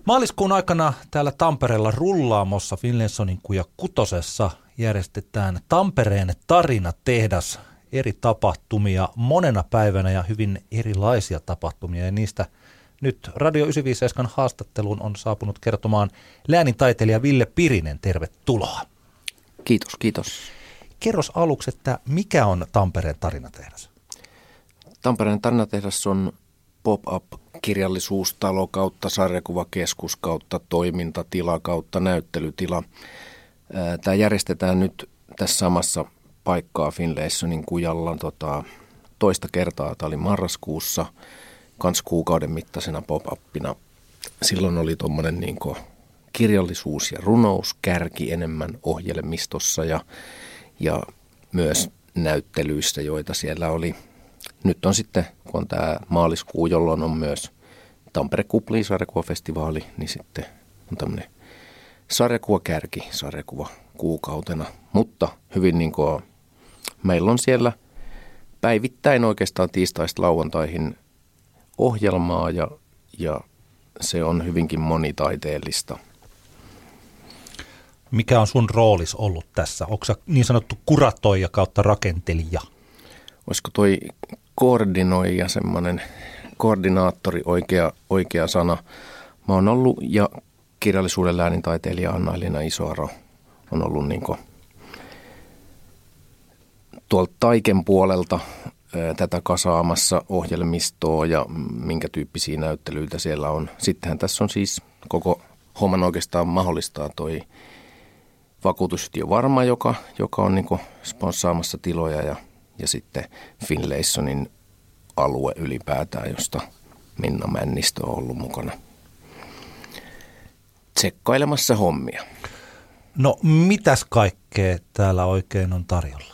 Maaliskuun aikana täällä Tampereella Rullaamossa Finlaysonin kuja 6 järjestetään Tampereen tarinatehdas, eri tapahtumia monena päivänä ja hyvin erilaisia tapahtumia. Ja niistä nyt Radio 957 haastatteluun on saapunut kertomaan läänintaiteilija Ville Pirinen. Tervetuloa. Kiitos, kiitos. Kerros aluksi, että mikä on Tampereen tarinatehdas? Tampereen tarinatehdas on pop-up-kirjallisuustalo kautta sarjakuvakeskus kautta toimintatila kautta näyttelytila. Tämä järjestetään nyt tässä samassa paikkaa Finlaysonin kujalla toista kertaa. Tämä oli marraskuussa, kans kuukauden mittaisena pop-uppina. Silloin oli tuommoinen kirjallisuus- ja runouskärki enemmän ohjelmistossa ja myös näyttelyissä, joita siellä oli. Nyt on sitten, kun on tämä maaliskuu, jolloin on myös Tampere Kuplii sarjakuvafestivaali, niin sitten on tämmöinen sarjakuvakärki sarjakuvakuukautena. Mutta hyvin meillä on siellä päivittäin oikeastaan tiistaista lauantaihin ohjelmaa ja se on hyvinkin monitaiteellista. Mikä on sun roolis ollut tässä? Onko sä niin sanottu kuratoija kautta rakentelija? Olisiko toi koordinoija, semmoinen koordinaattori oikea sana? Mä oon ollut ja kirjallisuuden läänintaiteilija Anna-Elina Isoaro on ollut tuolta Taiken puolelta tätä kasaamassa ohjelmistoa ja minkä tyyppisiä näyttelyitä siellä on. Sittenhän tässä on siis koko homman oikeastaan mahdollistaa toi vakuutusyhtiö Varma, joka on sponssaamassa tiloja ja sitten Finlaysonin alue ylipäätään, josta Minna Männistö on ollut mukana tsekkailemassa hommia. No mitäs kaikkea täällä oikein on tarjolla?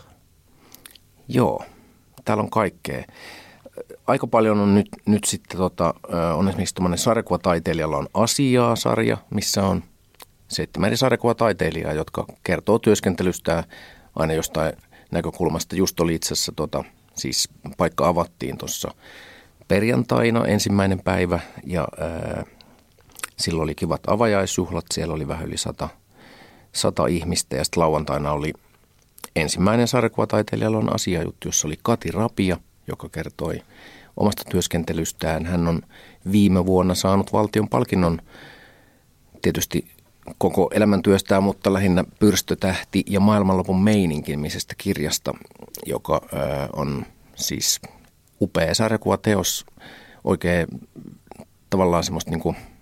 Joo, täällä on kaikkea. Aika paljon on nyt sitten, on esimerkiksi tuommoinen sarjakuvataiteilijalla on Asiaa-sarja, missä on 7 eri sarjakuvataiteilijaa, jotka kertoo työskentelystään aina jostain näkökulmasta. Just oli itse asiassa, siis paikka avattiin tuossa perjantaina 1. päivä ja silloin oli kivat avajaisjuhlat, siellä oli vähän yli 100 ihmistä ja sitten lauantaina oli ensimmäinen sarjakuvataiteilijalla on Asiajuttu, jossa oli Kati Rapia, joka kertoi omasta työskentelystään. Hän on viime vuonna saanut valtion palkinnon tietysti koko elämäntyöstään, mutta lähinnä Pyrstötähti ja maailmanlopun meininkimisestä kirjasta, joka on siis upea sarjakuvateos, oikein tavallaan semmoista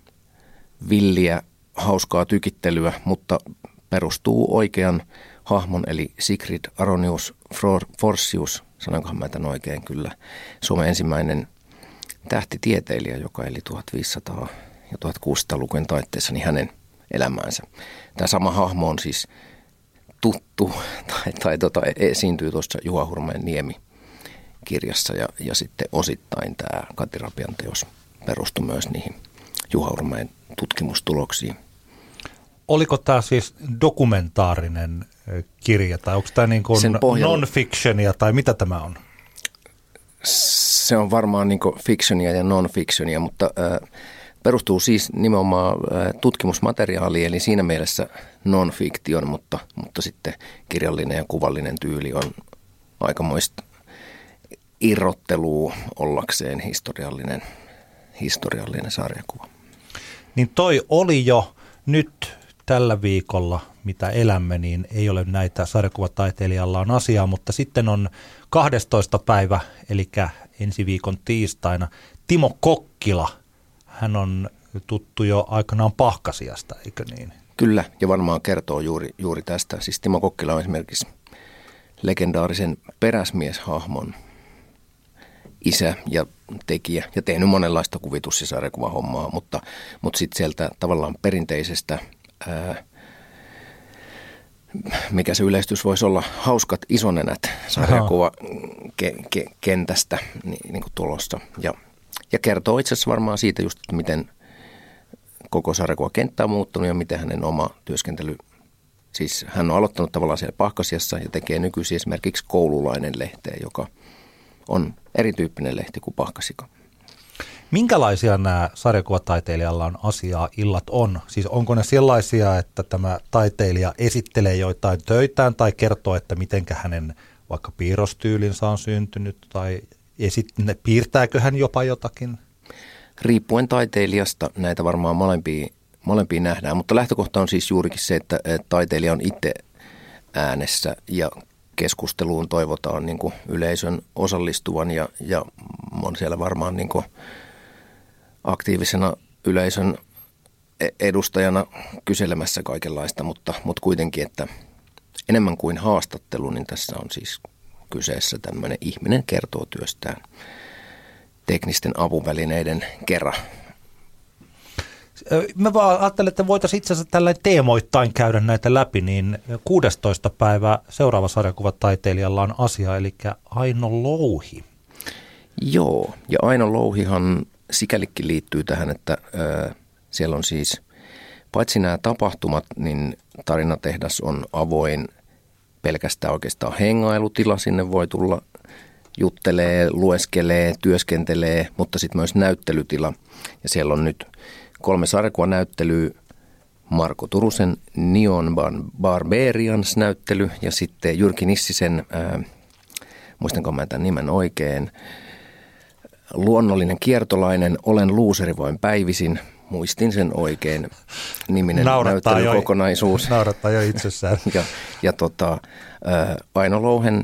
villiä, hauskaa tykittelyä, mutta perustuu oikean hahmon, eli Sigrid Aronius Forsius, sanonkohan mä tämän oikein kyllä, Suomen ensimmäinen tähtitieteilijä, joka eli 1500- ja 1600-lukujen taitteessa, niin hänen elämäänsä. Tämä sama hahmo on siis tuttu tai esiintyy tuossa Juha Hurmeen Niemi-kirjassa ja sitten osittain tämä Kati Rapian teos perustui myös niihin Juha Hurmeen tutkimustuloksiin. Oliko tämä siis dokumentaarinen kirja tai onko tämä non-fictionia tai mitä tämä on? Se on varmaan fictionia ja non-fictionia, mutta perustuu siis nimenomaan tutkimusmateriaaliin, eli siinä mielessä non-fiction, mutta sitten kirjallinen ja kuvallinen tyyli on aikamoista irrottelua ollakseen historiallinen sarjakuva. Niin toi oli jo nyt tällä viikolla, mitä elämme, niin ei ole näitä sarjakuvataiteilijalla on asiaa, mutta sitten on 12. päivä, eli ensi viikon tiistaina, Timo Kokkila. Hän on tuttu jo aikanaan Pahkasiasta, eikö niin? Kyllä, ja varmaan kertoo juuri tästä. Siis Timo Kokkila on esimerkiksi legendaarisen peräsmieshahmon isä ja tekijä ja tehnyt monenlaista kuvitus- ja sarjakuvahommaa, mutta sitten sieltä tavallaan perinteisestä, mikä se yleistys voisi olla, hauskat isonenät sarjakuvakentästä niin kuin tulossa. Ja kertoo itse asiassa varmaan siitä just, että miten koko sarjakuvakenttä on muuttunut ja miten hänen oma työskentely, siis hän on aloittanut tavallaan siellä Pahkasiassa ja tekee nykyisin esimerkiksi Koululainen-lehteä, joka on erityyppinen lehti kuin Pahkasika. Minkälaisia nämä sarjakuvataiteilijalla on asiaa illat on? Siis onko ne sellaisia, että tämä taiteilija esittelee joitain töitään tai kertoo, että mitenkä hänen vaikka piirrostyylinsä on syntynyt tai piirtääkö hän jopa jotakin? Riippuen taiteilijasta näitä varmaan molempia nähdään, mutta lähtökohta on siis juurikin se, että taiteilija on itse äänessä ja keskusteluun toivotaan niin kuin yleisön osallistuvan ja on siellä varmaan niin kuin aktiivisena yleisön edustajana kyselemässä kaikenlaista, mutta kuitenkin, että enemmän kuin haastattelu, niin tässä on siis kyseessä tämmöinen ihminen kertoo työstään teknisten apuvälineiden kera. Mä vaan ajattelen, että voitaisiin itse asiassa tällainen teemoittain käydä näitä läpi, niin 16. päivä seuraava sarjakuvataiteilijalla on asia, eli Aino Louhi. Joo, ja Aino Louhihan sikälikin liittyy tähän, että siellä on siis, paitsi nämä tapahtumat, niin Tarinatehdas on avoin pelkästään oikeastaan hengailutila, sinne voi tulla juttelee, lueskelee, työskentelee, mutta sitten myös näyttelytila. Ja siellä on nyt 3 sarjakuvanäyttelyä, Marko Turusen Neon Barbarians-näyttely ja sitten Jyrki Nissisen, muistanko mä tämän nimen oikein, Luonnollinen kiertolainen, Olen luuseri voin päivisin, muistin sen oikein, niminen näyttelykokonaisuus. Naurattaa jo itsessään. ja Aino Louhen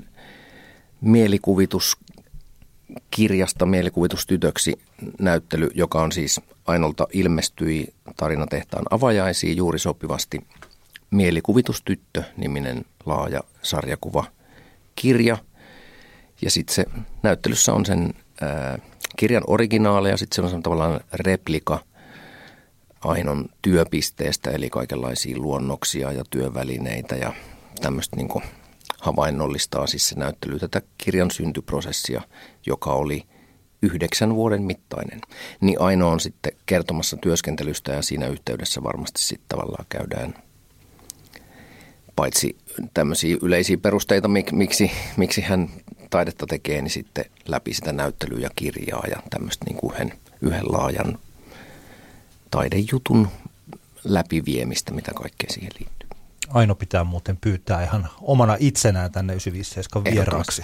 mielikuvituskirjasta Mielikuvitustytöksi näyttely, joka on siis Ainolta ilmestyi Tarinatehtaan avajaisiin juuri sopivasti. Mielikuvitustyttö-niminen laaja sarjakuvakirja. Ja sitten se näyttelyssä on sen kirjan originaali ja sitten se on tavallaan replika Ainon työpisteestä, eli kaikenlaisia luonnoksia ja työvälineitä ja tämmöistä niin kuin havainnollistaa siis se näyttely tätä kirjan syntyprosessia, joka oli 9 vuoden mittainen. Niin Aino on sitten kertomassa työskentelystä ja siinä yhteydessä varmasti sitten tavallaan käydään paitsi tämmöisiä yleisiä perusteita, miksi hän taidetta tekee, niin sitten läpi sitä näyttelyä ja kirjaa ja tämmöistä niin kuin yhden laajan taidejutun läpiviemistä, mitä kaikkea siihen liittyy. Aino pitää muuten pyytää ihan omana itsenään tänne 957 vieraaksi,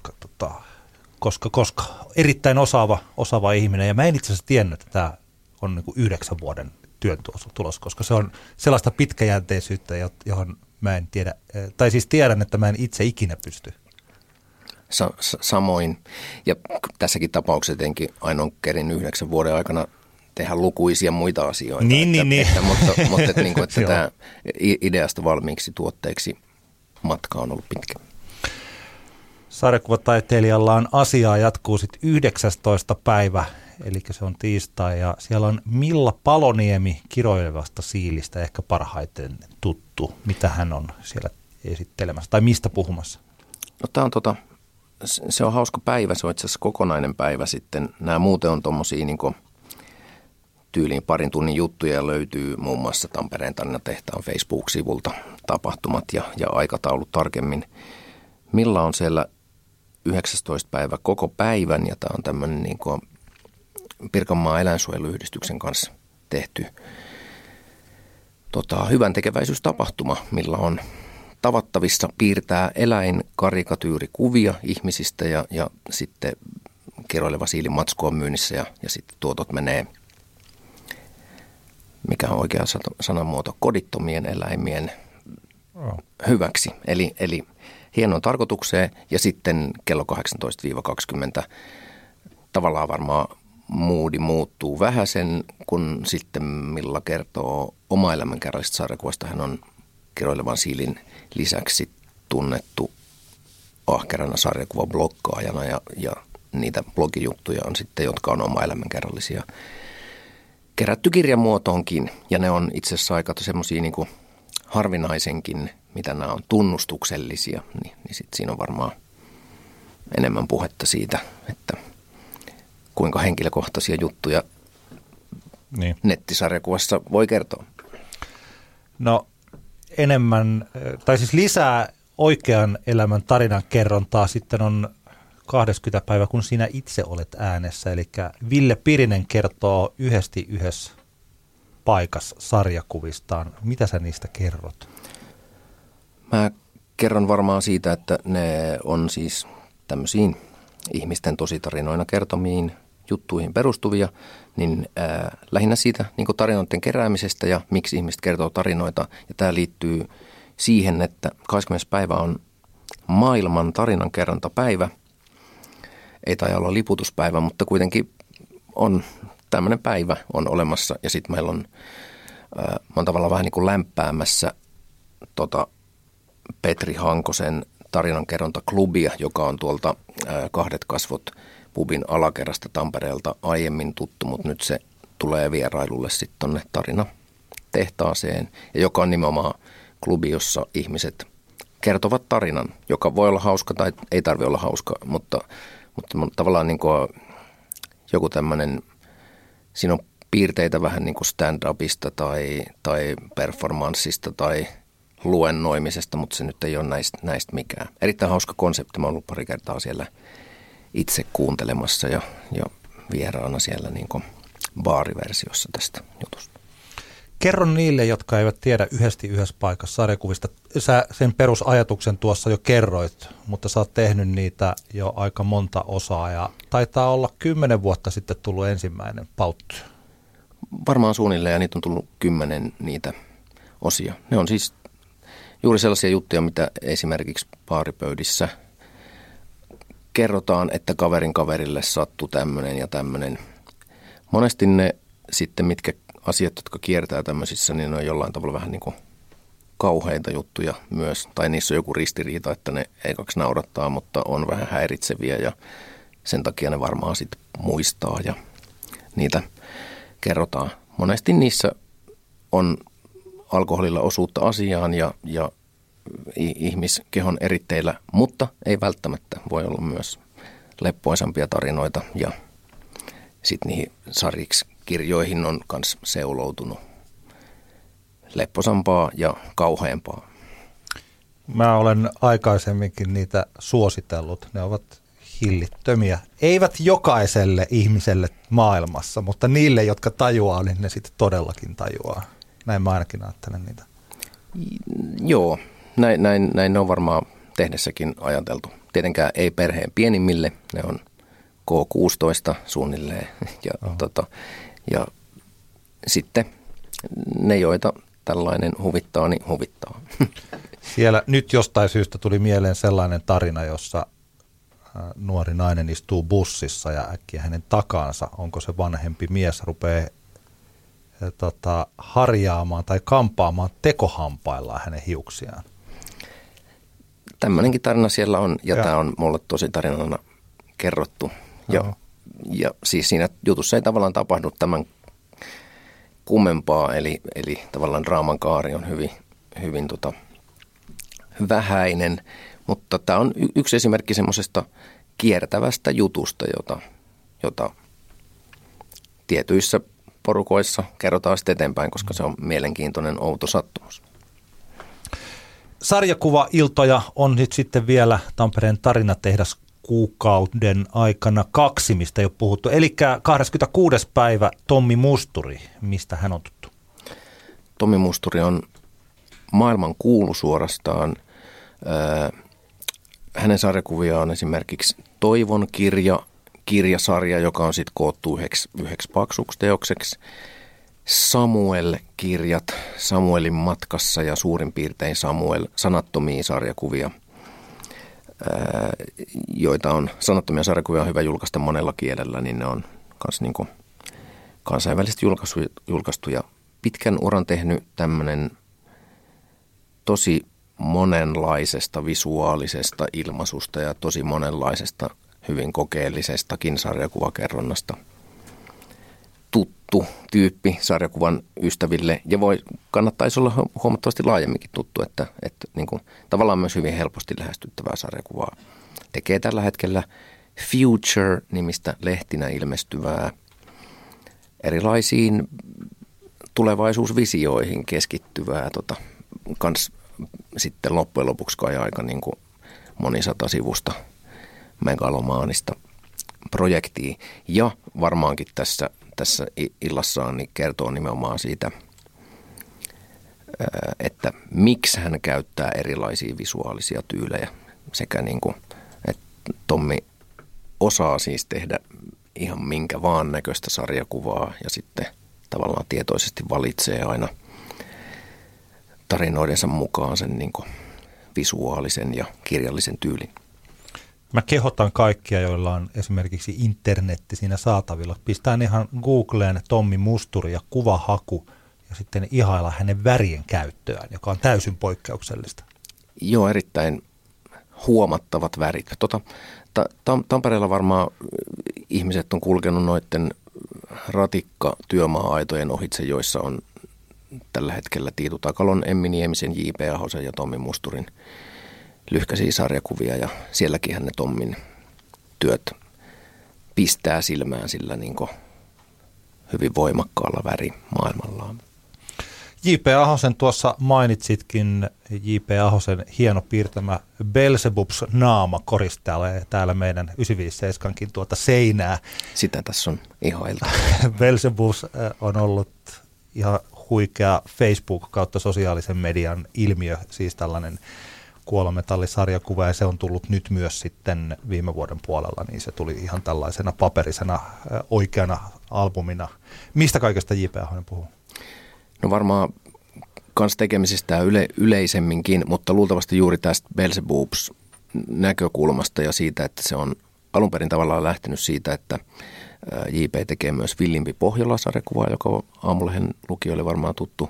koska erittäin osaava ihminen. Ja mä en itse asiassa tiennyt, että tämä on niin kuin 9 vuoden työn tulos, koska se on sellaista pitkäjänteisyyttä, johon mä en tiedä, tai siis tiedän, että mä en itse ikinä pysty. Samoin. Ja tässäkin tapauksessa etenkin Aino on kerin 9 vuoden aikana tehdä lukuisia muita asioita. Mutta niin kuin, että tämä ideasta valmiiksi tuotteeksi matka on ollut pitkä. Sarjakuvataiteilijalla on asiaa, jatkuu sitten 19. päivä, eli se on tiistai, ja siellä on Milla Paloniemi Kiroilevasta siilistä, ehkä parhaiten tuttu. Mitä hän on siellä esittelemässä, tai mistä puhumassa? No tämä on se on hauska päivä, se on itse asiassa kokonainen päivä sitten. Nämä muuten on tuommoisia niin kuin tyyliin parin tunnin juttuja löytyy muun muassa Tampereen Tarinatehtaan Facebook-sivulta tapahtumat ja aikataulut tarkemmin. Milla on siellä 19. päivä koko päivän ja tämä on tämmöinen niin kuin Pirkanmaan eläinsuojeluyhdistyksen kanssa tehty hyvän tekeväisyystapahtuma, millä on tavattavissa piirtää eläinkarikatyyrikuvia ihmisistä ja sitten Kiroileva siili matsku on myynnissä ja sitten tuotot menee, mikä on oikea sanamuoto, kodittomien eläimien hyväksi. Eli hienoon tarkoitukseen ja sitten kello 18-20 tavallaan varmaan moodi muuttuu vähäsen, kun sitten Milla kertoo oma elämänkerrallisesta sarjakuvasta. Hän on Kiroilevan siilin lisäksi tunnettu ahkerana sarjakuvablokkaajana ja niitä blogijuttuja on sitten, jotka on oma elämänkerrallisia kerätty kirjan muotoonkin. Ja ne on itse asiassa aika semmoisia niin kuin harvinaisenkin, mitä nämä on tunnustuksellisia, niin sitten siinä on varmaan enemmän puhetta siitä, että kuinka henkilökohtaisia juttuja nettisarjakuvassa voi kertoa. No enemmän, tai siis lisää oikean elämän tarinan kerrontaa sitten on 20. päivä, kun sinä itse olet äänessä. Eli Ville Pirinen kertoo yhdessä paikassa sarjakuvistaan. Mitä sä niistä kerrot? Mä kerron varmaan siitä, että ne on siis tämmöisiin ihmisten tositarinoina kertomiin juttuihin perustuvia, niin lähinnä siitä niin kuin tarinoiden keräämisestä ja miksi ihmiset kertoo tarinoita. Ja tämä liittyy siihen, että 20. päivä on maailman tarinankerrontapäivä. Ei taida olla liputuspäivä, mutta kuitenkin on tämmöinen päivä on olemassa. Ja sitten meillä on, mä oon tavallaan vähän niin kuin lämpäämässä Petri Hankosen tarinankerrontaklubia, joka on tuolta Kahdet kasvot pubin alakerrasta Tampereelta aiemmin tuttu, mutta nyt se tulee vierailulle sitten tuonne tarinatehtaaseen, ja joka on nimenomaan klubi, jossa ihmiset kertovat tarinan, joka voi olla hauska tai ei tarvitse olla hauska, mutta tavallaan niin kuin joku tämmöinen, siinä on piirteitä vähän niin kuin stand-upista tai performanssista tai luennoimisesta, mutta se nyt ei ole näistä mikään. Erittäin hauska konsepti. Mä oon ollut pari kertaa siellä itse kuuntelemassa ja vieraana siellä niin kuin baariversiossa tästä jutusta. Kerro niille, jotka eivät tiedä yhdessä paikassa sarjakuvista. Sä sen perusajatuksen tuossa jo kerroit, mutta sä oot tehnyt niitä jo aika monta osaa ja taitaa olla 10 vuotta sitten tullut ensimmäinen pauttu. Varmaan suunnilleen, ja niitä on tullut 10 niitä osia. Ne on siis juuri sellaisia juttuja, mitä esimerkiksi baaripöydissä kerrotaan, että kaverin kaverille sattui tämmöinen ja tämmöinen. Monesti ne sitten, mitkä asiat, jotka kiertää tämmöisissä, niin ne on jollain tavalla vähän niin kuin kauheita juttuja myös. Tai niissä on joku ristiriita, että ne ei kaksi naurattaa, mutta on vähän häiritseviä ja sen takia ne varmaan sitten muistaa ja niitä kerrotaan. Monesti niissä on alkoholilla osuutta asiaan ja ihmiskehon eritteillä, mutta ei välttämättä. Voi olla myös leppoisampia tarinoita ja sitten niihin sarjiksi kirjoihin on myös seuloutunut lepposampaa ja kauheampaa. Mä olen aikaisemminkin niitä suositellut. Ne ovat hillittömiä. Eivät jokaiselle ihmiselle maailmassa, mutta niille, jotka tajuaa, niin ne sitten todellakin tajuaa. Näin mä ainakin ajattelen niitä. Joo, näin ne on varmaan tehdessäkin ajateltu. Tietenkään ei perheen pienimmille, ne on K16 suunnilleen ja sitten ne, joita tällainen huvittaa, niin huvittaa. Siellä nyt jostain syystä tuli mieleen sellainen tarina, jossa nuori nainen istuu bussissa ja äkkiä hänen takaansa, onko se vanhempi mies, rupeaa harjaamaan tai kampaamaan tekohampaillaan hänen hiuksiaan. Tämmöinenkin tarina siellä on, ja tämä on mulle tosi tarinana kerrottu. Ja siis siinä jutussa ei tavallaan tapahdu tämän kummempaa, eli tavallaan draaman kaari on hyvin vähäinen, mutta tämä on yksi esimerkki semmoisesta kiertävästä jutusta, jota tietyissä porukoissa kerrotaan sitten eteenpäin, koska se on mielenkiintoinen outo sattumus. Sarjakuva-iltoja on nyt sitten vielä Tampereen tarinatehdas kuukauden aikana 2, mistä ei ole puhuttu. Eli 26. päivä Tommi Musturi. Mistä hän on tuttu? Tommi Musturi on maailman kuulu suorastaan. Hänen sarjakuviaan on esimerkiksi Toivon kirjasarja, joka on sitten koottu yhdeksi paksuksi teokseksi. Samuel-kirjat, Samuelin matkassa ja suurin piirtein Samuel, sanattomia sarjakuvia, joita on, sanattomia sarjakuvia on hyvä julkaista monella kielellä, niin ne on myös niin kuin kansainvälisesti julkaistu ja pitkän uran tehnyt tämmöinen tosi monenlaisesta visuaalisesta ilmaisusta ja tosi monenlaisesta hyvin kokeellisestakin sarjakuvakerronnasta tuttu tyyppi sarjakuvan ystäville ja kannattaisi olla huomattavasti laajemminkin tuttu, että niin kuin, tavallaan myös hyvin helposti lähestyttävää sarjakuvaa. Tekee tällä hetkellä Future-nimistä lehtinä ilmestyvää erilaisiin tulevaisuusvisioihin keskittyvää kans sitten loppujen lopuksi kai aika niin kuin monisatasivusta megalomaanista projektia. Ja varmaankin tässä illassaan niin kertoo nimenomaan siitä, että miksi hän käyttää erilaisia visuaalisia tyylejä. Sekä niin kuin, että Tommi osaa siis tehdä ihan minkä vaan näköistä sarjakuvaa ja sitten tavallaan tietoisesti valitsee aina tarinoidensa mukaan sen niin kuin visuaalisen ja kirjallisen tyylin. Mä kehotan kaikkia, joilla on esimerkiksi internetti siinä saatavilla. Pistään ihan Googleen Tommi Musturi ja kuvahaku ja sitten ihailla hänen värien käyttöään, joka on täysin poikkeuksellista. Joo, erittäin huomattavat värit. Tampereella varmaan ihmiset on kulkenut noiden ratikka-työmaa-aitojen ohitse, joissa on tällä hetkellä Tiitu Takalon, Emmi Niemisen, J.P. Ahosen ja Tommi Musturin lyhkäisiä sarjakuvia. Ja sielläkin ne Tommin työt pistää silmään sillä niin kuin hyvin voimakkaalla värimaailmallaan. J.P. Ahosen tuossa mainitsitkin, J.P. Ahosen hieno piirtämä Belzebups naama koristelee täällä meidän 957:nkin tuota seinää. Sitä tässä on ihailta. Belzebups on ollut ihan huikea Facebook kautta sosiaalisen median ilmiö, siis tällainen kuolometallisarjakuva, ja se on tullut nyt myös sitten viime vuoden puolella, niin se tuli ihan tällaisena paperisena oikeana albumina. Mistä kaikesta J.P. Ahonen puhuu? No varmaan kans tekemisistä yleisemminkin, mutta luultavasti juuri tästä Belzebups näkökulmasta ja siitä, että se on alun perin tavallaan lähtenyt siitä, että J.P. tekee myös Villimpi Pohjola-sarjakuvaa, joka Aamulehden lukijoille varmaan tuttu.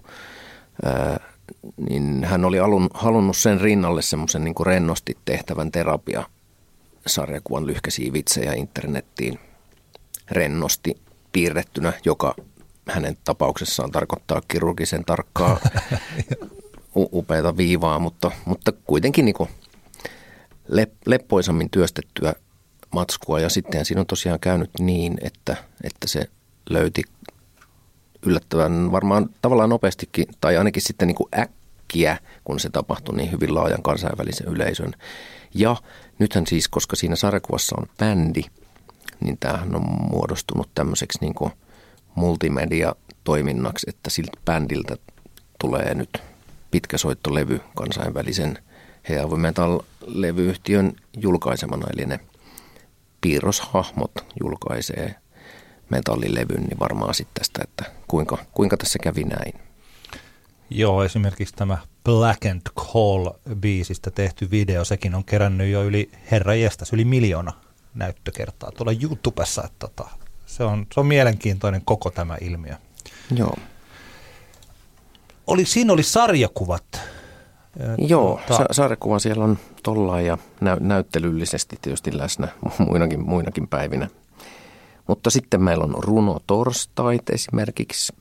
Niin hän oli halunnut sen rinnalle semmoisen niin kuin rennosti tehtävän terapia-sarjakuvan lyhkäisiä vitsejä internettiin rennosti piirrettynä, joka hänen tapauksessaan tarkoittaa kirurgisen tarkkaa upeata viivaa, mutta kuitenkin niin kuin leppoisammin työstettyä matskua. Ja sitten siinä on tosiaan käynyt niin, että se löyti yllättävän varmaan tavallaan nopeastikin, tai ainakin sitten niin kuin äkkiä, kun se tapahtui niin hyvin laajan kansainvälisen yleisön. Ja nythän siis, koska siinä sarjakuvassa on bändi, niin tämähän on muodostunut tämmöiseksi niin kuin multimedia-toiminnaksi, että siltä bändiltä tulee nyt pitkäsoittolevy kansainvälisen Heavy Metal-levyyhtiön julkaisemana, eli ne piirroshahmot julkaisee metallilevyn, niin varmaan sitten tästä, että kuinka tässä kävi näin. Joo, esimerkiksi tämä Black and Call-biisistä tehty video, sekin on kerännyt jo yli 1 miljoona näyttökertaa tuolla YouTubessa, että se on mielenkiintoinen koko tämä ilmiö. Joo. Siinä oli sarjakuvat. Joo, sarjakuva siellä on tollain ja näyttelyllisesti tietysti läsnä muinakin päivinä. Mutta sitten meillä on runotorstait esimerkiksi,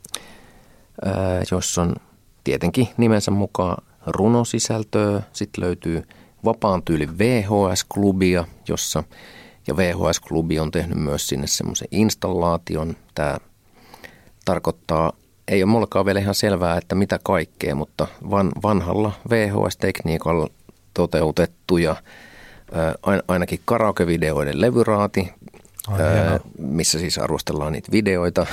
jossa on tietenkin nimensä mukaan runosisältöä. Sitten löytyy vapaan tyylin VHS-klubia, ja VHS-klubi on tehnyt myös sinne semmoisen installaation. Tämä tarkoittaa, ei ole mullakaan vielä ihan selvää, että mitä kaikkea, mutta vanhalla VHS-tekniikalla toteutettu ja ainakin karaoke-videoiden levyraati, missä siis arvostellaan niitä videoita.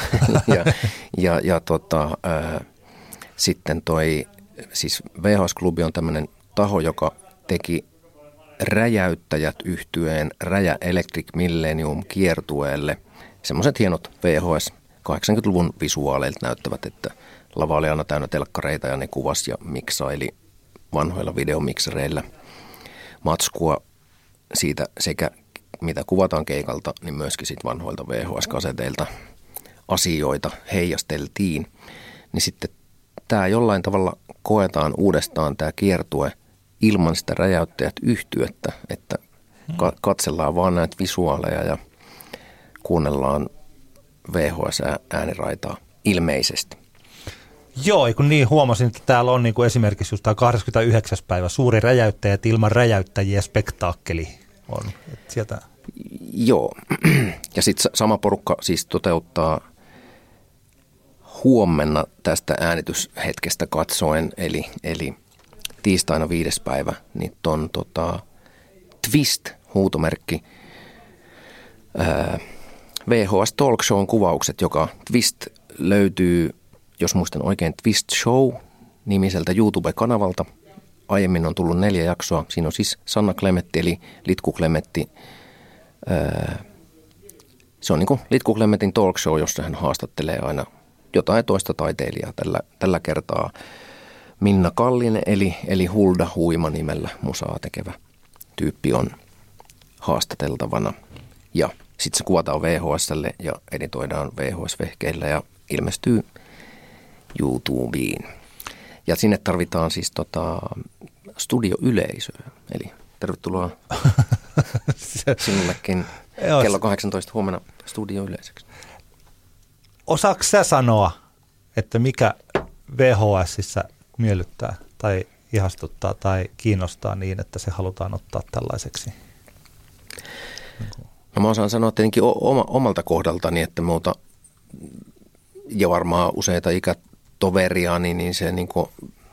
Sitten siis VHS-klubi on tämmöinen taho, joka teki Räjäyttäjät -yhtyeen Räjä Electric Millennium -kiertueelle. Semmoiset hienot VHS 80-luvun visuaaleilta näyttävät, että lava oli aina täynnä telkkareita ja ne kuvasi ja miksaili vanhoilla videomiksereillä matskua siitä sekä mitä kuvataan keikalta, niin myöskin sit vanhoilta VHS-kaseteilta asioita heijasteltiin. Niin sitten tämä jollain tavalla koetaan uudestaan tämä kiertue ilman sitä Räjäyttäjät -yhtyettä, että katsellaan vaan näitä visuaaleja ja kuunnellaan VHS-ääniraitaa ilmeisesti. Joo, kun niin huomasin, että täällä on niin kuin esimerkiksi just tämä 29. päivä suuri Räjäyttäjät ilman räjäyttäjiä -spektaakkeli on. Sieltä. Joo, ja sitten sama porukka siis toteuttaa huomenna tästä äänityshetkestä katsoen, eli tiistaina 5. päivä, niin ton Twist huutomerkki. VHS Talk Shown kuvaukset, joka Twist löytyy, jos muistan oikein, Twist Show -nimiseltä YouTube-kanavalta. Aiemmin on tullut 4 jaksoa. Siinä on siis Sanna Klemetti eli Litku Klemetti. Se on niin kuin Litku Klemetin talk show, jossa hän haastattelee aina jotain toista taiteilijaa. Tällä kertaa Minna Kallinen eli Hulda Huima nimellä musaa tekevä tyyppi on haastateltavana. Ja sitten se kuvataan VHS:lle ja editoidaan VHS-vehkeillä ja ilmestyy YouTubeen. Ja sinne tarvitaan siis studioyleisöä. Eli tervetuloa sinullekin kello 18 huomenna studioyleisöksi. Osaatko sä sanoa, että mikä VHSissä miellyttää tai ihastuttaa tai kiinnostaa niin, että se halutaan ottaa tällaiseksi? No mä osaan sanoa tietenkin omalta kohdaltani, että muuta ja varmaan useita ikätoveriani, niin se niin kuin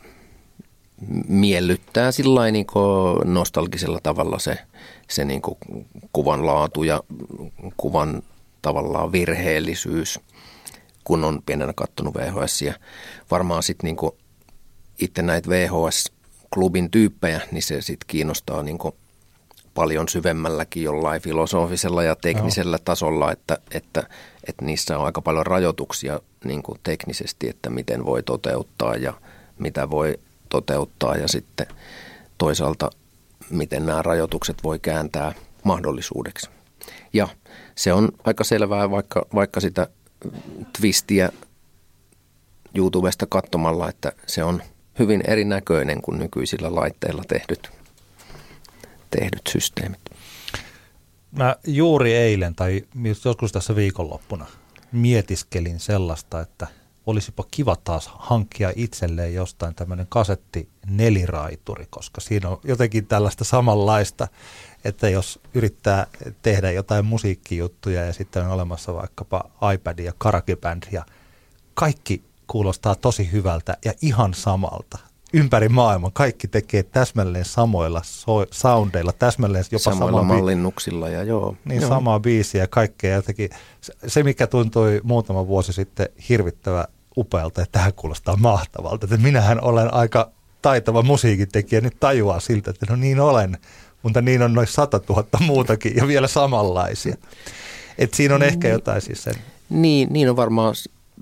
miellyttää sillain niin kuin nostalgisella tavalla se niin kuin kuvan laatu ja kuvan tavallaan virheellisyys, kun on pienenä kattonut VHS:iä. Varmaan sitten niin kuin itse näitä VHS-klubin tyyppejä, niin se sitten kiinnostaa niin kuin paljon syvemmälläkin jollain filosofisella ja teknisellä tasolla, että niissä on aika paljon rajoituksia niin kuin teknisesti, että miten voi toteuttaa ja mitä voi toteuttaa ja sitten toisaalta miten nämä rajoitukset voi kääntää mahdollisuudeksi. Ja se on aika selvää, vaikka sitä Twistiä YouTubesta katsomalla, että se on hyvin erinäköinen kuin nykyisillä laitteilla tehdyt systeemit. Mä juuri eilen tai joskus tässä viikonloppuna mietiskelin sellaista, että olisipa kiva taas hankkia itselleen jostain tämmöinen kasetti neliraituri, koska siinä on jotenkin tällaista samanlaista, että jos yrittää tehdä jotain musiikkijuttuja ja sitten on olemassa vaikkapa iPad ja GarageBand ja kaikki kuulostaa tosi hyvältä ja ihan samalta. Ympäri maailman kaikki tekee täsmälleen samoilla soundeilla, täsmälleen jopa samoilla mallinnuksilla ja joo. Niin joo. Samaa biisiä ja kaikkea. Jotenkin se, mikä tuntui muutama vuosi sitten hirvittävän upealta, että tähän kuulostaa mahtavalta. Että minähän olen aika taitava musiikintekijä, nyt tajuaa siltä, että no niin olen, mutta niin on noin 100 000 muutakin ja vielä samanlaisia. Että siinä on ehkä jotain siis sen. Niin on varmaan.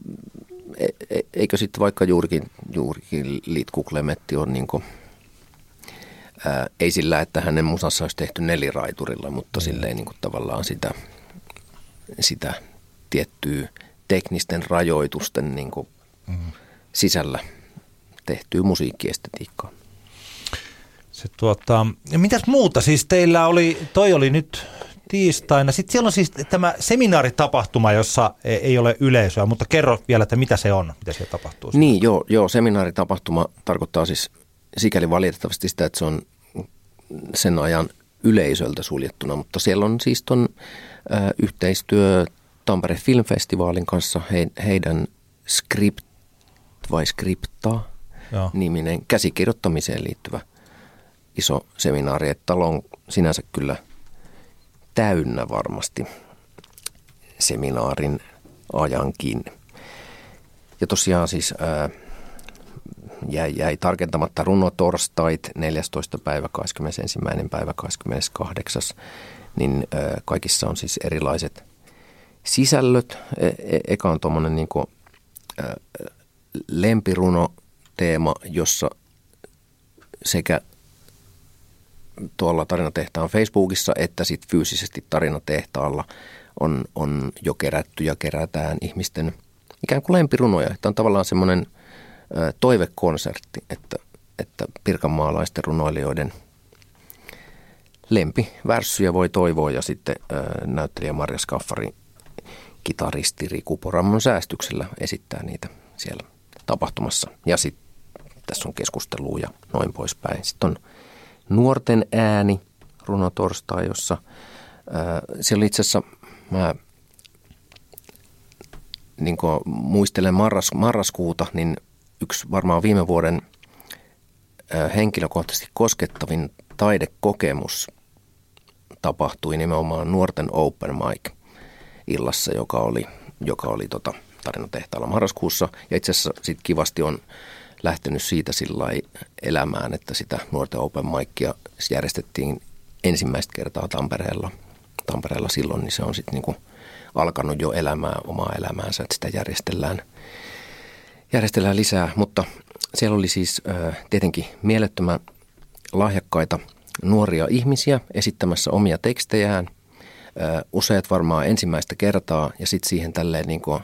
Eikö sitten vaikka juurikin Litku Klemetti on niin kuin, ei sillä, että hänen musassa olisi tehty neliraiturilla, mutta silleen niin kuin tavallaan sitä tiettyä teknisten rajoitusten niin kuin sisällä tehtyä musiikkiestetiikkaa. Mitäs muuta? Siis teillä toi oli nyt tiistaina. Sitten siellä on siis tämä seminaaritapahtuma, jossa ei ole yleisöä, mutta kerro vielä, että mitä se on, mitä siellä tapahtuu. Niin, joo, seminaaritapahtuma tarkoittaa siis sikäli valitettavasti sitä, että se on sen ajan yleisöltä suljettuna, mutta siellä on siis ton yhteistyö Tampere Filmfestivaalin kanssa heidän Skripta-niminen käsikirjoittamiseen liittyvä iso seminaari, että talo on sinänsä kyllä täynnä varmasti seminaarin ajankin. Ja tosiaan siis jäi tarkentamatta runotorstait 14. päivä, 21. päivä, 28. Niin kaikissa on siis erilaiset sisällöt. Eka on tuommoinen niin kuin lempiruno-teema, jossa sekä tuolla Tarinatehtaan Facebookissa, että sitten fyysisesti Tarinatehtaalla on jo kerätty ja kerätään ihmisten ikään kuin lempirunoja. Tämä on tavallaan semmoinen toivekonsertti, että pirkanmaalaisten runoilijoiden lempivärssyjä voi toivoa ja sitten näyttelijä Marja Skaffari, kitaristi Riku Porammon säästyksellä esittää niitä siellä tapahtumassa. Ja sitten tässä on keskustelua ja noin poispäin. Sitten on Nuorten ääni runotorstai, jossa siellä itse asiassa mä niin kuin muistelen marraskuuta, niin yksi varmaan viime vuoden henkilökohtaisesti koskettavin taidekokemus tapahtui nimenomaan nuorten open mic illassa, joka oli Tarinatehtaalla marraskuussa. Ja itse asiassa sitten kivasti on lähtenyt siitä sillai elämään, että sitä nuorten open micia järjestettiin ensimmäistä kertaa Tampereella silloin, niin se on sitten niinku alkanut jo omaa elämäänsä, että sitä järjestellään lisää. Mutta siellä oli siis tietenkin mielettömän lahjakkaita nuoria ihmisiä esittämässä omia tekstejään. Useat varmaan ensimmäistä kertaa ja sitten siihen tälleen niinku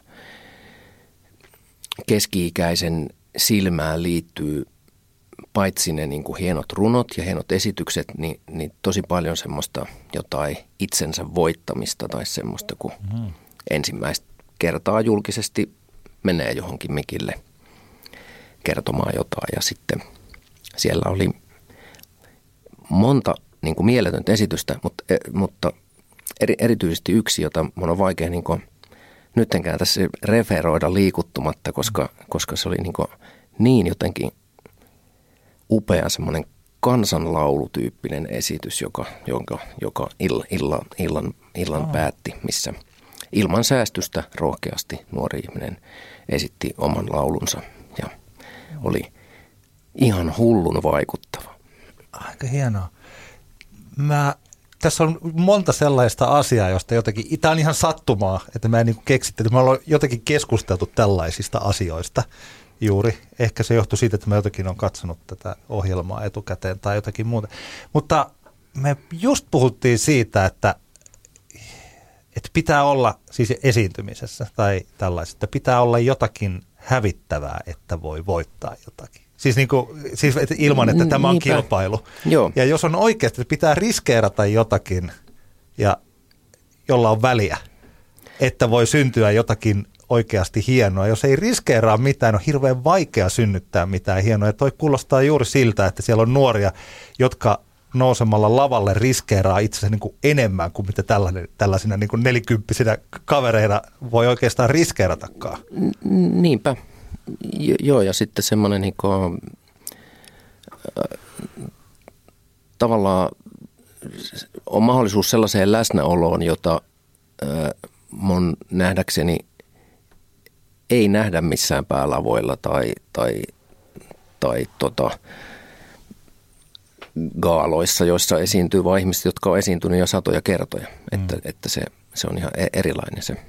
keski-ikäisen silmään liittyy paitsi ne niin kuin hienot runot ja hienot esitykset, niin tosi paljon semmoista jotain itsensä voittamista tai semmoista, kun ensimmäistä kertaa julkisesti menee johonkin mikille kertomaan jotain. Ja sitten siellä oli monta niin kuin mieletöntä esitystä, mutta erityisesti yksi, jota mun on vaikea niin kuin nyttenkään tässä referoida liikuttumatta, koska se oli niin jotenkin upea semmoinen kansanlaulutyyppinen esitys, joka illan päätti, missä ilman säästystä rohkeasti nuori ihminen esitti oman laulunsa ja oli ihan hullun vaikuttava. Aika hienoa. Tässä on monta sellaista asiaa, josta jotenkin, tämä on ihan sattumaa, että mä en niin keksitty, että me ollaan jotenkin keskusteltu tällaisista asioista juuri. Ehkä se johtuu siitä, että mä jotenkin olen katsonut tätä ohjelmaa etukäteen tai jotakin muuta. Mutta me just puhuttiin siitä, että pitää olla siis esiintymisessä tai tällaisesta, pitää olla jotakin hävittävää, että voi voittaa jotakin. Siis ilman, että tämä on kilpailu. Joo. Ja jos on oikeasti, että pitää riskeerata jotakin, ja jolla on väliä, että voi syntyä jotakin oikeasti hienoa. Jos ei riskeeraa mitään, on hirveän vaikea synnyttää mitään hienoa. Ja toi kuulostaa juuri siltä, että siellä on nuoria, jotka nousemalla lavalle riskeeraa itse asiassa niin kuin enemmän kuin mitä tällaisina niin kuin nelikymppisinä kavereina voi oikeastaan riskeeratakaan. Niinpä. Joo, ja sitten semmoinen tavallaan on mahdollisuus sellaiseen läsnäoloon, jota mun nähdäkseni ei nähdä missään päälavoilla tai gaaloissa, joissa esiintyy vain ihmiset, jotka on esiintynyt jo satoja kertoja. Että se on ihan erilainen se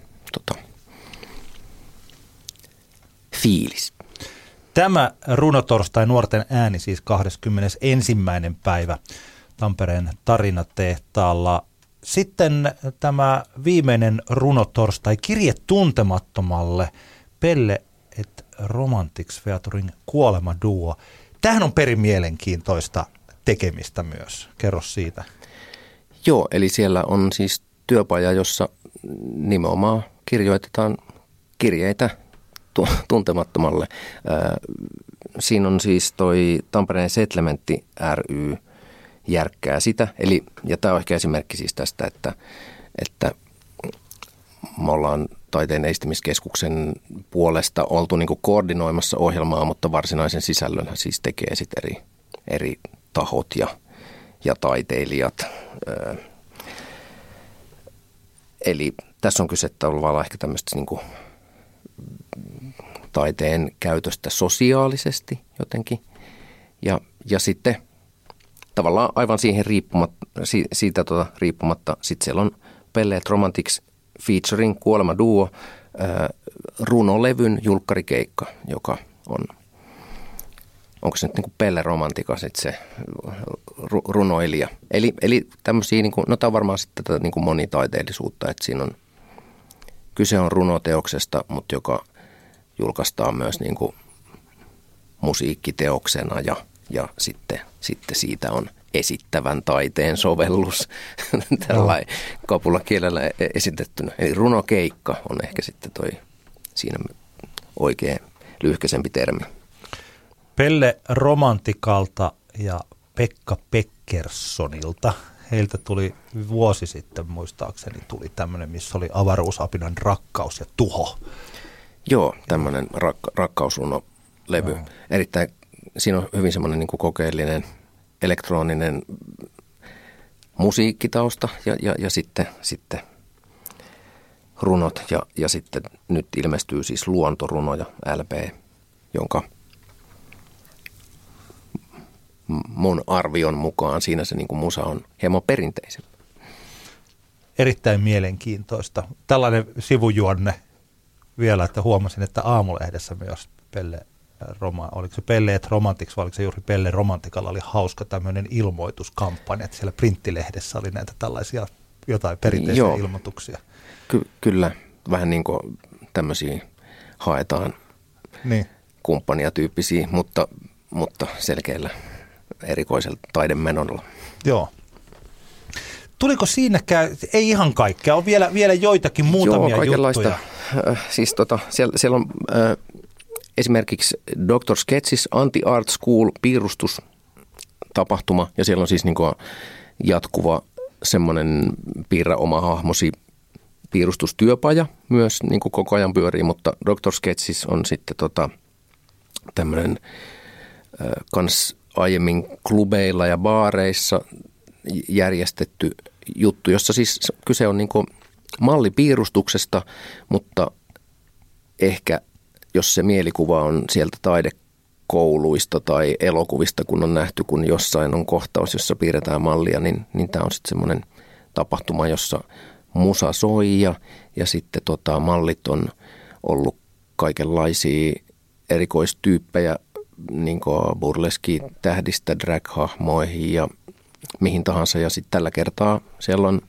fiilis. Tämä Runotorstai nuorten ääni siis 21. päivä Tampereen Tarinatehtaalla. Sitten tämä viimeinen Runotorstai, kirje tuntemattomalle, Pelle et Romantics Featuring Kuolema-duo. Tämähän on perin mielenkiintoista tekemistä myös. Kerro siitä. Joo, eli siellä on siis työpaja, jossa nimenomaan kirjoitetaan kirjeitä tuntemattomalle. Siinä on siis toi Tampereen Settlementti ry järkkää sitä. Eli, ja tämä on ehkä esimerkki siis tästä, että me ollaan Taiteen edistämiskeskuksen puolesta oltu niin kuin koordinoimassa ohjelmaa, mutta varsinaisen sisällön siis tekee sitten eri tahot ja taiteilijat. Eli tässä on kyse tavallaan ehkä tämmöistä niin kuin taiteen käytöstä sosiaalisesti jotenkin. Ja sitten tavallaan aivan siihen riippumatta sitten siellä on Pelle et Romantics featuring Kuolema-duo, runolevyn julkkarikeikka, joka onko se nyt niin kuin Pelle Romantika sitten se runoilija. Eli tämmöisiä, niin kuin, no tämä on varmaan sitten tätä niin kuin monitaiteellisuutta, että siinä on kyse on runoteoksesta, mutta joka julkaistaan myös niin kuin musiikkiteoksena ja sitten siitä on esittävän taiteen sovellus tällainen kapulakielellä esitettynä. Eli runokeikka on ehkä sitten toi siinä oikein lyhkäisempi termi. Pelle Romantikalta ja Pekka Pekkersonilta. Heiltä tuli vuosi sitten, muistaakseni, tuli tämmöinen, missä oli avaruusapinan rakkaus ja tuho. Joo, tämmöinen rakkausrunolevy. Erittäin, siinä on hyvin semmoinen niin kuin kokeellinen, elektroninen musiikkitausta ja sitten runot ja sitten nyt ilmestyy siis luontorunoja LP, jonka mun arvion mukaan siinä se niin kuin musa on hieman perinteisen. Erittäin mielenkiintoista. Tällainen sivujuonne vielä, että huomasin, että Aamulehdessä myös oliko se Pelle et Romantics vai oliko se juuri Pelle Romantikalla oli hauska tämmöinen ilmoituskampanja, että siellä printtilehdessä oli näitä tällaisia jotain perinteisiä ilmoituksia. Kyllä, vähän niin kuin tämmöisiä haetaan kumppania tyyppisiä, mutta selkeällä erikoisella taidemenolla. Joo. Tuliko siinäkään, ei ihan kaikkea, on vielä joitakin muutamia juttuja. Siis siellä on esimerkiksi Dr. Sketchis Anti-Art School piirustustapahtuma, ja siellä on siis niin kuin jatkuva semmoinen piirrä oma hahmosi piirustustyöpaja myös niin kuin koko ajan pyörii, mutta Dr. Sketchis on sitten tämmöinen kans aiemmin klubeilla ja baareissa järjestetty juttu, jossa siis kyse on niin kuin mallipiirustuksesta, mutta ehkä jos se mielikuva on sieltä taidekouluista tai elokuvista, kun on nähty, kun jossain on kohtaus, jossa piirretään mallia, niin tämä on sitten semmoinen tapahtuma, jossa musa soi ja sitten mallit on ollut kaikenlaisia erikoistyyppejä, niin kuin burleski-tähdistä drag-hahmoihin ja mihin tahansa. Ja sitten tällä kertaa siellä on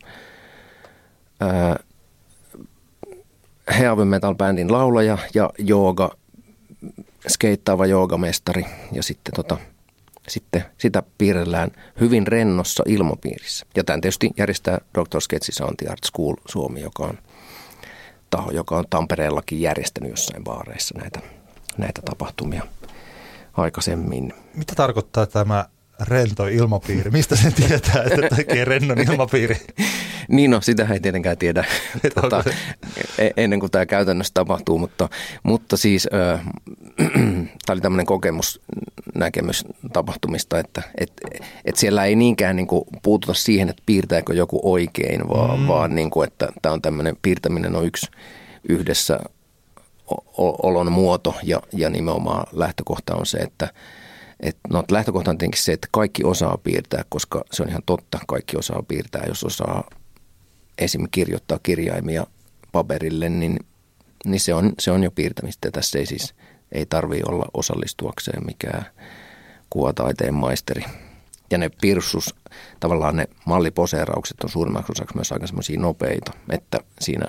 heavy metal bändin laulaja ja skeittaava joogamestari. Ja sitten sitä piirrellään hyvin rennossa ilmapiirissä. Ja tämän tietysti järjestää Dr. Sketchis Anti-Art School Suomi, joka on taho, joka on Tampereellakin järjestänyt jossain baareissa näitä tapahtumia aikaisemmin. Mitä tarkoittaa tämä rento ilmapiiri? Mistä sen tietää, että tekee rennon ilmapiiri? Niin sitähän ei tietenkään tiedä ennen kuin tämä käytännössä tapahtuu, mutta siis tämä oli tämmöinen kokemusnäkemys tapahtumista, että siellä ei niinkään niin kuin puututa siihen, että piirtääkö joku oikein, vaan niin kuin, että tämä on tämmöinen piirtäminen on yksi yhdessä olon muoto ja nimenomaan lähtökohta on se, että lähtökohta on tietenkin se, että kaikki osaa piirtää, koska se on ihan totta, kaikki osaa piirtää. Jos osaa esim. Kirjoittaa kirjaimia paperille, niin se on jo piirtämistä. Tässä ei tarvitse olla osallistuakseen mikään kuvataiteen maisteri. Ja ne tavallaan ne malliposeeraukset on suurimmaksi osaksi myös aika semmoisia nopeita, että siinä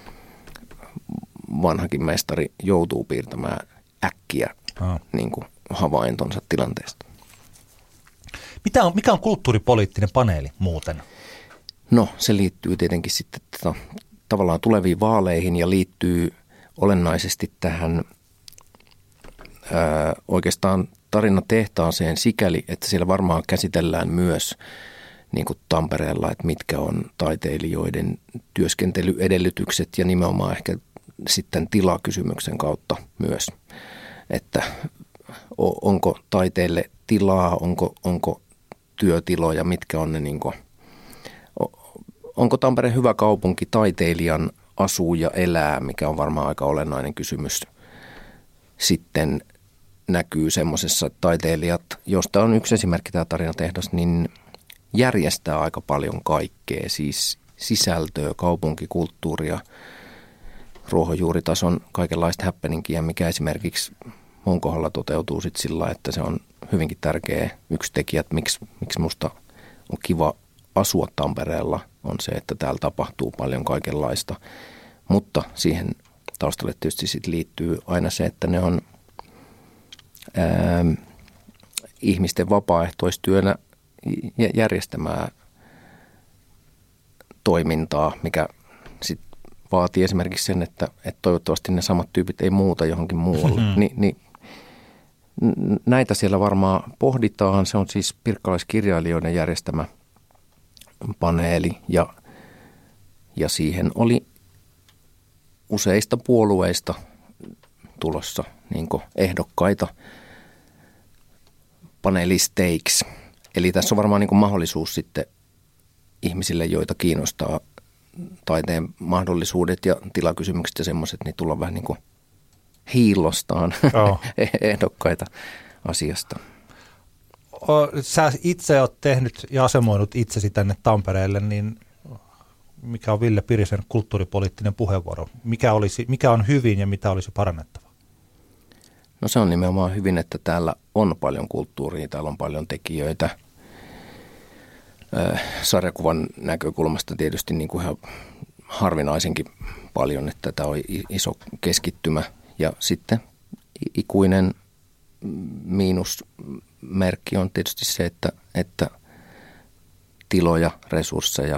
vanhakin mestari joutuu piirtämään äkkiä niin kuin havaintonsa tilanteesta. Mikä on kulttuuripoliittinen paneeli muuten? No, se liittyy tietenkin sitten tavallaan tuleviin vaaleihin ja liittyy olennaisesti tähän oikeastaan tarinatehtaaseen sikäli, että siellä varmaan käsitellään myös niin kuin Tampereella, että mitkä on taiteilijoiden työskentelyedellytykset ja nimenomaan ehkä sitten tilakysymyksen kautta myös, että onko taiteelle tilaa, onko työtiloja, mitkä on ne niin kuin, onko Tampere hyvä kaupunki taiteilijan asuu ja elää, mikä on varmaan aika olennainen kysymys. Sitten näkyy semmoisessa, että taiteilijat, josta on yksi esimerkki tämä tarinatehdas, niin järjestää aika paljon kaikkea, siis sisältöä, kaupunkikulttuuria, ruohonjuuritason kaikenlaista happeningia, mikä esimerkiksi mun kohdalla toteutuu sitten sillä, että se on hyvinkin tärkeä yksi tekijä, että miksi musta on kiva asua Tampereella, on se, että täällä tapahtuu paljon kaikenlaista. Mutta siihen taustalle tietysti sit liittyy aina se, että ne on ihmisten vapaaehtoistyönä järjestämää toimintaa, mikä sitten vaatii esimerkiksi sen, että toivottavasti ne samat tyypit ei muuta johonkin muualle. Niin näitä siellä varmaan pohditaan. Se on siis pirkkalaiskirjailijoiden järjestämä paneeli ja siihen oli useista puolueista tulossa niin kuin ehdokkaita panelisteiksi. Eli tässä on varmaan niin kuin mahdollisuus sitten ihmisille, joita kiinnostaa taiteen mahdollisuudet ja tilakysymykset ja semmoiset, niin tulla vähän niin kuin hiillostaan ehdokkaita asiasta. Sä itse oot tehnyt ja asemoinut itsesi tänne Tampereelle, niin mikä on Ville Pirisen kulttuuripoliittinen puheenvuoro? Mikä on hyvin ja mitä olisi parannettava? No se on nimenomaan hyvin, että täällä on paljon kulttuuria, täällä on paljon tekijöitä. Sarjakuvan näkökulmasta tietysti niin kuin ihan harvinaisenkin paljon, että tämä on iso keskittymä. Ja sitten ikuinen miinusmerkki on tietysti se, että tiloja, resursseja,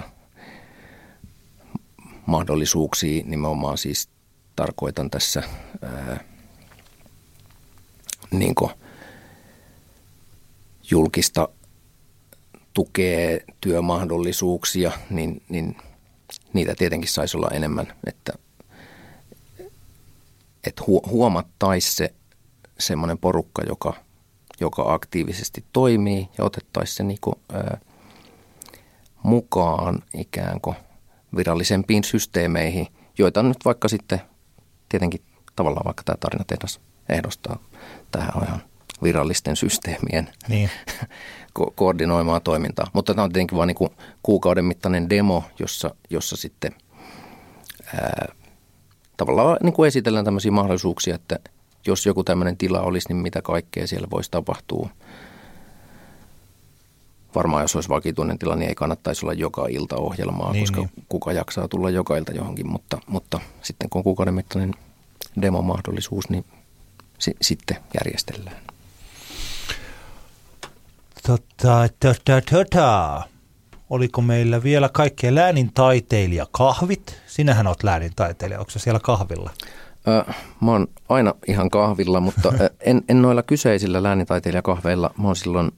mahdollisuuksia nimenomaan siis tarkoitan tässä niin kuin julkista tukee työmahdollisuuksia, niin niitä tietenkin saisi olla enemmän, että huomattaisi se semmoinen porukka, joka aktiivisesti toimii ja otettaisiin se niinku, mukaan ikään kuin virallisempiin systeemeihin, joita nyt vaikka sitten tietenkin tavallaan vaikka tämä Tarinatehdas ehdostaa. Tähän on ihan virallisten systeemien koordinoimaa toimintaa. Mutta tämä on tietenkin vain niin kuukauden mittainen demo, jossa sitten tavallaan niin kuin esitellään tämmöisiä mahdollisuuksia, että jos joku tämmöinen tila olisi, niin mitä kaikkea siellä voisi tapahtua. Varmaan jos olisi vakituinen tila, niin ei kannattaisi olla joka ilta ohjelmaa, koska kuka jaksaa tulla joka ilta johonkin. Mutta sitten kun on kuukauden mittainen demomahdollisuus, niin sitten järjestellään. Oliko meillä vielä kaikkea läänintaiteilijakahvit? Sinähän olet läänintaiteilija, onko se siellä kahvilla? Mä oon aina ihan kahvilla, mutta en noilla kyseisillä läänintaiteilijakahveilla. Mä oon silloin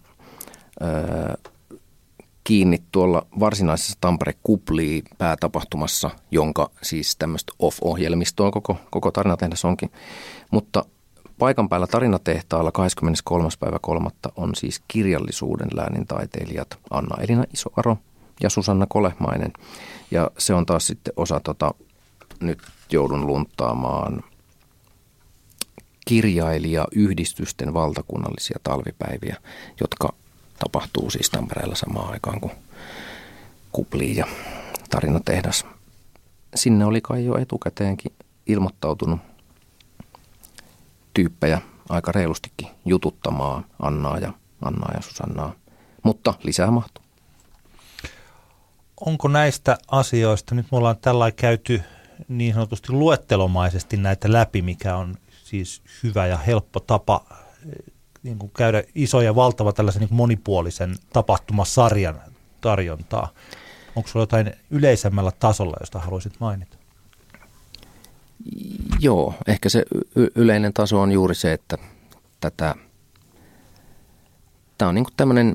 kiinni tuolla varsinaisessa Tampere Kupli päätapahtumassa, jonka siis tämmöistä off-ohjelmistoa koko Tarinatehdas onkin. Mutta paikan päällä Tarinatehtaalla 23.3. on siis kirjallisuuden läänintaiteilijat Anna-Elina Isoaro ja Susanna Kolehmainen. Ja se on taas sitten osa nyt joudun lunttaamaan kirjailijayhdistysten valtakunnallisia talvipäiviä, jotka tapahtuu siis Tampereella samaan aikaan kuin Kupli ja Tarinatehdas. Sinne oli kai jo etukäteenkin ilmoittautunut tyyppejä aika reilustikin jututtamaan Annaa ja Susannaa, mutta lisää mahtuu. Onko näistä asioista, nyt me ollaan tällä käyty niin sanotusti luettelomaisesti näitä läpi, mikä on siis hyvä ja helppo tapa niin kuin käydä iso ja valtava tällaisen niin kuin monipuolisen tapahtumasarjan tarjontaa. Onko sulla jotain yleisemmällä tasolla, josta haluaisit mainita? Joo, ehkä se yleinen taso on juuri se, että tämä on niin kuin tämmöinen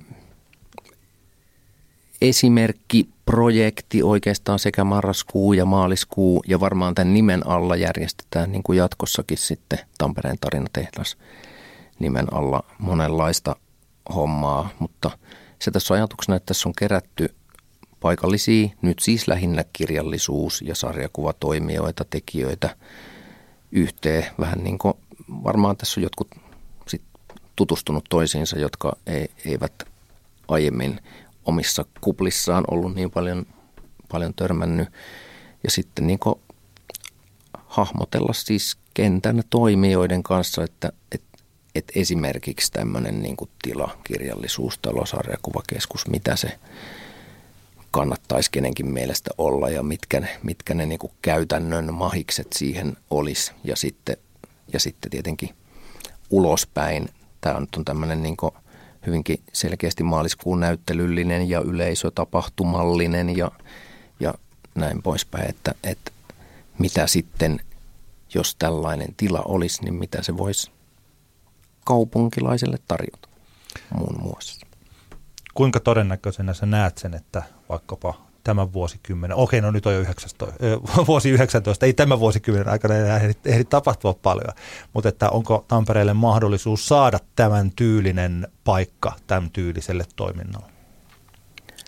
esimerkkiprojekti oikeastaan sekä marraskuu ja maaliskuu ja varmaan tämän nimen alla järjestetään niin kuin jatkossakin sitten Tampereen Tarinatehdas nimen alla monenlaista hommaa, mutta se tässä on ajatuksena, että tässä on kerätty paikallisia, nyt siis lähinnä kirjallisuus- ja sarjakuvatoimijoita, tekijöitä yhteen. Vähän niin kuin varmaan tässä on jotkut sit tutustunut toisiinsa, jotka eivät aiemmin omissa kuplissaan ollut niin paljon törmännyt. Ja sitten niin kuin hahmotella siis kentän toimijoiden kanssa, että esimerkiksi tämmöinen niin kuin tila, kirjallisuustalo, sarjakuvakeskus, mitä se kannattaisi kenenkin mielestä olla ja mitkä ne niin kuin käytännön mahikset siihen olisi. Ja sitten tietenkin ulospäin. Tämä on tämmöinen niin kuin hyvinkin selkeästi maaliskuun näyttelyllinen ja yleisötapahtumallinen ja näin poispäin, että mitä sitten, jos tällainen tila olisi, niin mitä se voisi kaupunkilaiselle tarjota muun muassa. Kuinka todennäköisenä sä näet sen, että vaikkapa tämän vuosikymmenen, no nyt on jo vuosi 19, ei tämän vuosikymmenen aikana enää ehdi tapahtua paljon, mutta että onko Tampereelle mahdollisuus saada tämän tyylinen paikka tämän tyyliselle toiminnalle?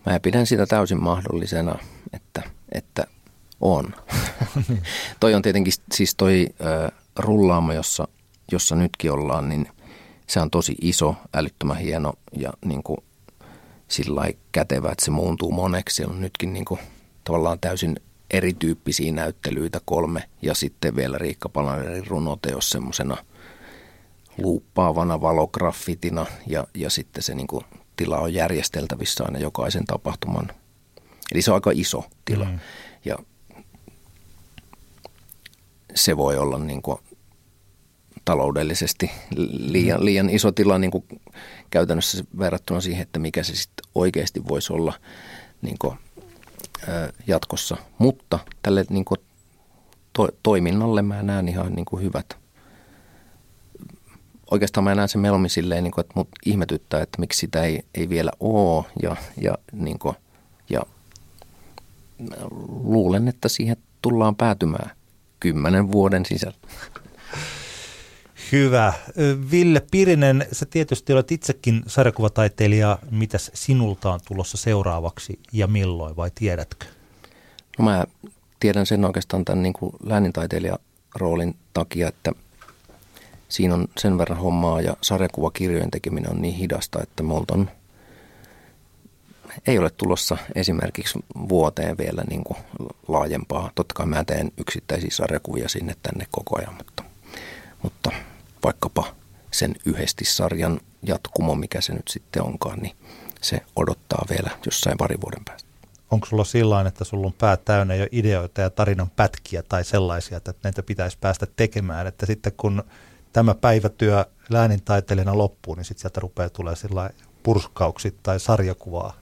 Mä pidän sitä täysin mahdollisena, että on. Toi on tietenkin siis toi rullaamo, jossa nytkin ollaan, niin se on tosi iso, älyttömän hieno ja niin kuin sillai kätevä, että se muuntuu moneksi. Siellä on nytkin niin kuin tavallaan täysin erityyppisiä näyttelyitä 3 ja sitten vielä Riikka Palanerin runoteos semmoisena luuppaavana valograffitina ja sitten se niin kuin tila on järjesteltävissä aina jokaisen tapahtuman. Eli se on aika iso tila ja se voi olla niin kuin taloudellisesti liian iso tila niin kuin käytännössä verrattuna siihen, että mikä se sitten oikeasti voisi olla niin kuin, jatkossa. Mutta tälle niin kuin toiminnalle mä näen ihan niin kuin hyvät. Oikeastaan mä näen sen mieluummin silleen, niin kuin, että mut ihmetyttää, että miksi sitä ei vielä ole ja luulen, että siihen tullaan päätymään 10 vuoden sisällä. Hyvä. Ville Pirinen, sä tietysti olet itsekin sarjakuvataiteilija. Mitäs sinulta on tulossa seuraavaksi ja milloin, vai tiedätkö? No mä tiedän sen oikeastaan tämän niin kuin läänintaiteilijan roolin takia, että siinä on sen verran hommaa ja sarjakuvakirjojen tekeminen on niin hidasta, että multa ei ole tulossa esimerkiksi vuoteen vielä niin kuin laajempaa. Totta kai mä teen yksittäisiä sarjakuvia sinne tänne koko ajan, mutta vaikkapa sen yhdistissarjan jatkumo, mikä se nyt sitten onkaan, niin se odottaa vielä jossain parin vuoden päästä. Onko sulla sillain, että sulla on pää täynnä jo ideoita ja tarinan pätkiä tai sellaisia, että näitä pitäisi päästä tekemään, että sitten kun tämä päivätyö läänintaiteilijana loppuu, niin sitten sieltä rupeaa tulemaan sillain purskauksi tai sarjakuvaa?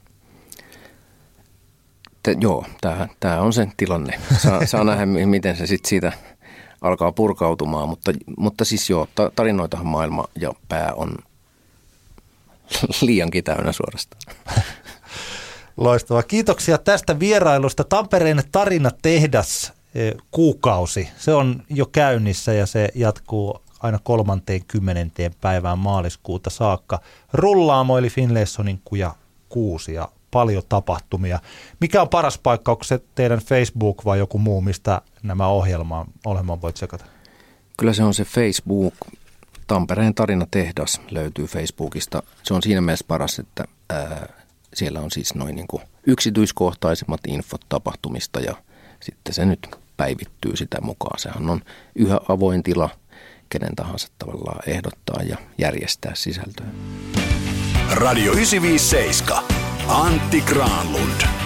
Joo, tämä on se tilanne. Saa nähdä, miten se sitten siitä alkaa purkautumaan, mutta siis joo, tarinoitahan maailma ja pää on liiankin täynnä suorastaan. Loistavaa. Kiitoksia tästä vierailusta. Tampereen tarinatehdas kuukausi. Se on jo käynnissä ja se jatkuu aina 30. päivään maaliskuuta saakka. Rullaamo eli Finlaysonin kuja 6 ja paljon tapahtumia. Mikä on paras paikka? Onko se teidän Facebook vai joku muu, mistä nämä ohjelman voit tsekata? Kyllä se on se Facebook. Tampereen tarinatehdas löytyy Facebookista. Se on siinä mielessä paras, että siellä on siis noin niin kuin yksityiskohtaisemmat infot tapahtumista ja sitten se nyt päivittyy sitä mukaan. Sehän on yhä avoin tila, kenen tahansa tavallaan ehdottaa ja järjestää sisältöä. Radio 957. Antti Granlund.